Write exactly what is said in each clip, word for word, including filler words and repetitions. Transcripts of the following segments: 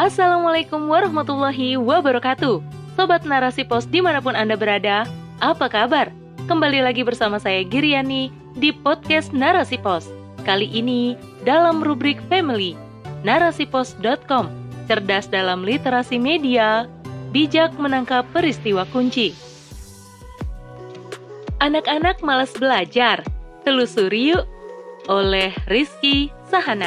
Assalamualaikum warahmatullahi wabarakatuh. Sobat Narasi Pos dimanapun Anda berada, apa kabar? Kembali lagi bersama saya Giriani di podcast Narasi Pos. Kali ini dalam rubrik Family, narasipos dot com, cerdas dalam literasi media, bijak menangkap peristiwa kunci. Anak-anak malas belajar, telusuri yuk, oleh Rizky Sahana.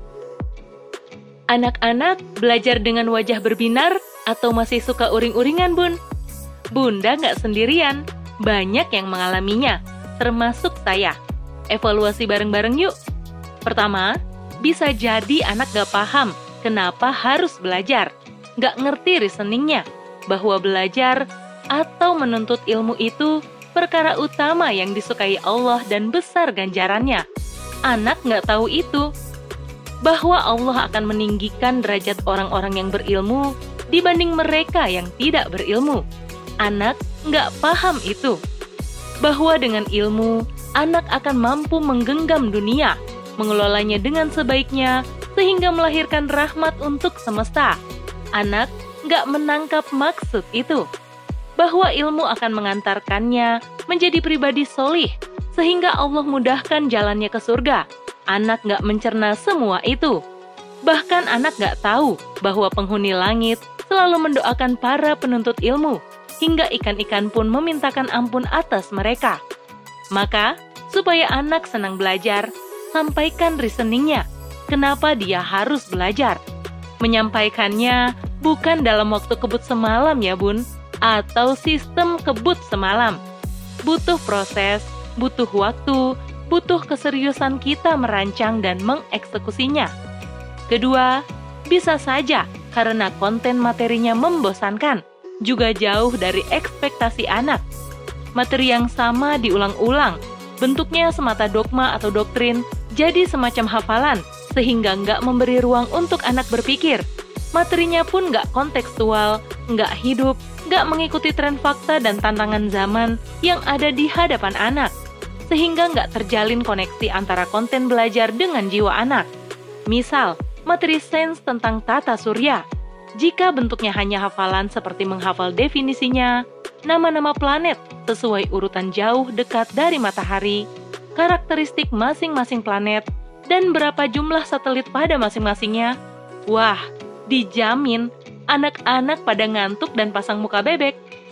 Anak-anak belajar dengan wajah berbinar atau masih suka uring-uringan, Bun? Bunda nggak sendirian, banyak yang mengalaminya, termasuk saya. Evaluasi bareng-bareng yuk. Pertama, bisa jadi anak nggak paham kenapa harus belajar, nggak ngerti reasoningnya, bahwa belajar atau menuntut ilmu itu perkara utama yang disukai Allah dan besar ganjarannya. Anak nggak tahu itu, bahwa Allah akan meninggikan derajat orang-orang yang berilmu dibanding mereka yang tidak berilmu. Anak nggak paham itu, bahwa dengan ilmu, anak akan mampu menggenggam dunia, mengelolanya dengan sebaiknya, sehingga melahirkan rahmat untuk semesta. Anak nggak menangkap maksud itu, bahwa ilmu akan mengantarkannya menjadi pribadi solih, sehingga Allah mudahkan jalannya ke surga. Anak nggak mencerna semua itu. Bahkan anak nggak tahu bahwa penghuni langit selalu mendoakan para penuntut ilmu, hingga ikan-ikan pun memintakan ampun atas mereka. Maka, supaya anak senang belajar, sampaikan reasoningnya, kenapa dia harus belajar. Menyampaikannya bukan dalam waktu kebut semalam ya Bun, atau sistem kebut semalam. Butuh proses, butuh waktu, butuh keseriusan kita merancang dan mengeksekusinya. Kedua, bisa saja karena konten materinya membosankan, juga jauh dari ekspektasi anak. Materi yang sama diulang-ulang, bentuknya semata dogma atau doktrin, jadi semacam hafalan, sehingga nggak memberi ruang untuk anak berpikir. Materinya pun nggak kontekstual, nggak hidup, nggak mengikuti tren fakta dan tantangan zaman yang ada di hadapan anak, sehingga nggak terjalin koneksi antara konten belajar dengan jiwa anak. Misal, materi sains tentang tata surya. Jika bentuknya hanya hafalan seperti menghafal definisinya, nama-nama planet sesuai urutan jauh dekat dari matahari, karakteristik masing-masing planet, dan berapa jumlah satelit pada masing-masingnya, wah, dijamin anak-anak pada ngantuk dan pasang muka bebek.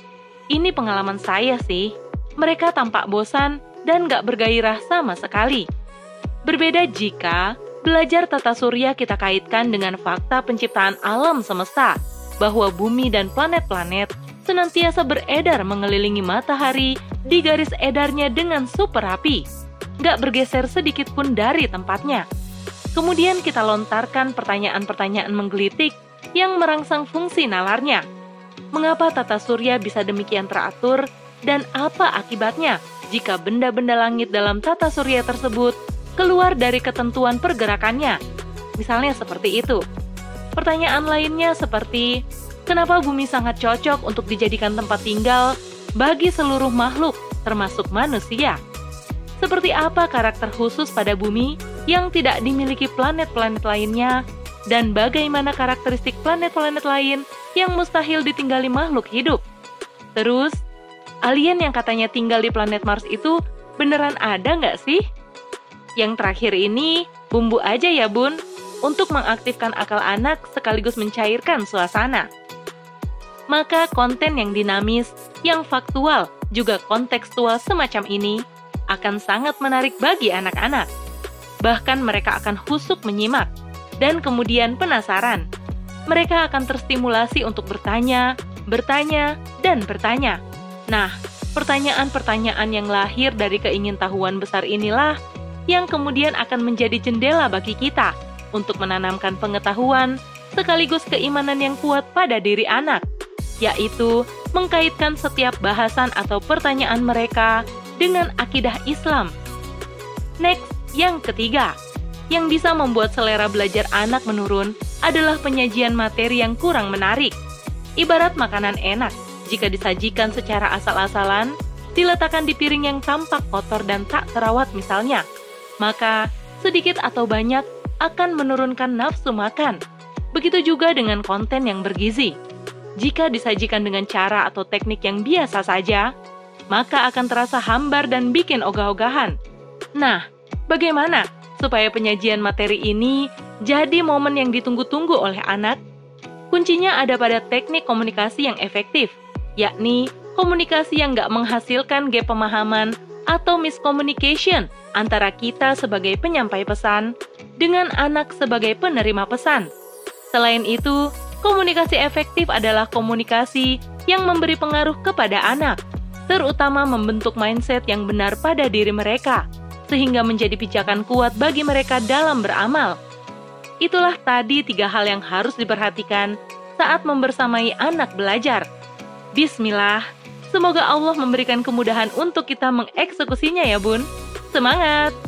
Ini pengalaman saya sih. Mereka tampak bosan dan gak bergairah sama sekali. Berbeda jika belajar tata surya kita kaitkan dengan fakta penciptaan alam semesta, bahwa bumi dan planet-planet senantiasa beredar mengelilingi matahari di garis edarnya dengan super rapi, gak bergeser sedikit pun dari tempatnya. Kemudian kita lontarkan pertanyaan-pertanyaan menggelitik yang merangsang fungsi nalarnya. Mengapa tata surya bisa demikian teratur dan apa akibatnya jika benda-benda langit dalam tata surya tersebut keluar dari ketentuan pergerakannya? Misalnya seperti itu. Pertanyaan lainnya seperti, kenapa bumi sangat cocok untuk dijadikan tempat tinggal bagi seluruh makhluk, termasuk manusia? Seperti apa karakter khusus pada bumi yang tidak dimiliki planet-planet lainnya, dan bagaimana karakteristik planet-planet lain yang mustahil ditinggali makhluk hidup? Terus, alien yang katanya tinggal di planet Mars itu beneran ada nggak sih? Yang terakhir ini, bumbu aja ya Bun, untuk mengaktifkan akal anak sekaligus mencairkan suasana. Maka konten yang dinamis, yang faktual, juga kontekstual semacam ini akan sangat menarik bagi anak-anak. Bahkan mereka akan husuk menyimak, dan kemudian penasaran. Mereka akan terstimulasi untuk bertanya, bertanya, dan bertanya. Nah, pertanyaan-pertanyaan yang lahir dari keingintahuan besar inilah yang kemudian akan menjadi jendela bagi kita untuk menanamkan pengetahuan sekaligus keimanan yang kuat pada diri anak, yaitu mengkaitkan setiap bahasan atau pertanyaan mereka dengan akidah Islam. Next, yang ketiga, yang bisa membuat selera belajar anak menurun adalah penyajian materi yang kurang menarik. Ibarat makanan enak, jika disajikan secara asal-asalan, diletakkan di piring yang tampak kotor dan tak terawat misalnya, maka sedikit atau banyak akan menurunkan nafsu makan. Begitu juga dengan konten yang bergizi. Jika disajikan dengan cara atau teknik yang biasa saja, maka akan terasa hambar dan bikin ogah-ogahan. Nah, bagaimana supaya penyajian materi ini jadi momen yang ditunggu-tunggu oleh anak? Kuncinya ada pada teknik komunikasi yang efektif, yakni komunikasi yang nggak menghasilkan gap pemahaman atau miscommunication antara kita sebagai penyampai pesan dengan anak sebagai penerima pesan. Selain itu, komunikasi efektif adalah komunikasi yang memberi pengaruh kepada anak, terutama membentuk mindset yang benar pada diri mereka, sehingga menjadi pijakan kuat bagi mereka dalam beramal. Itulah tadi tiga hal yang harus diperhatikan saat membersamai anak belajar. Bismillah, semoga Allah memberikan kemudahan untuk kita mengeksekusinya ya Bun. Semangat!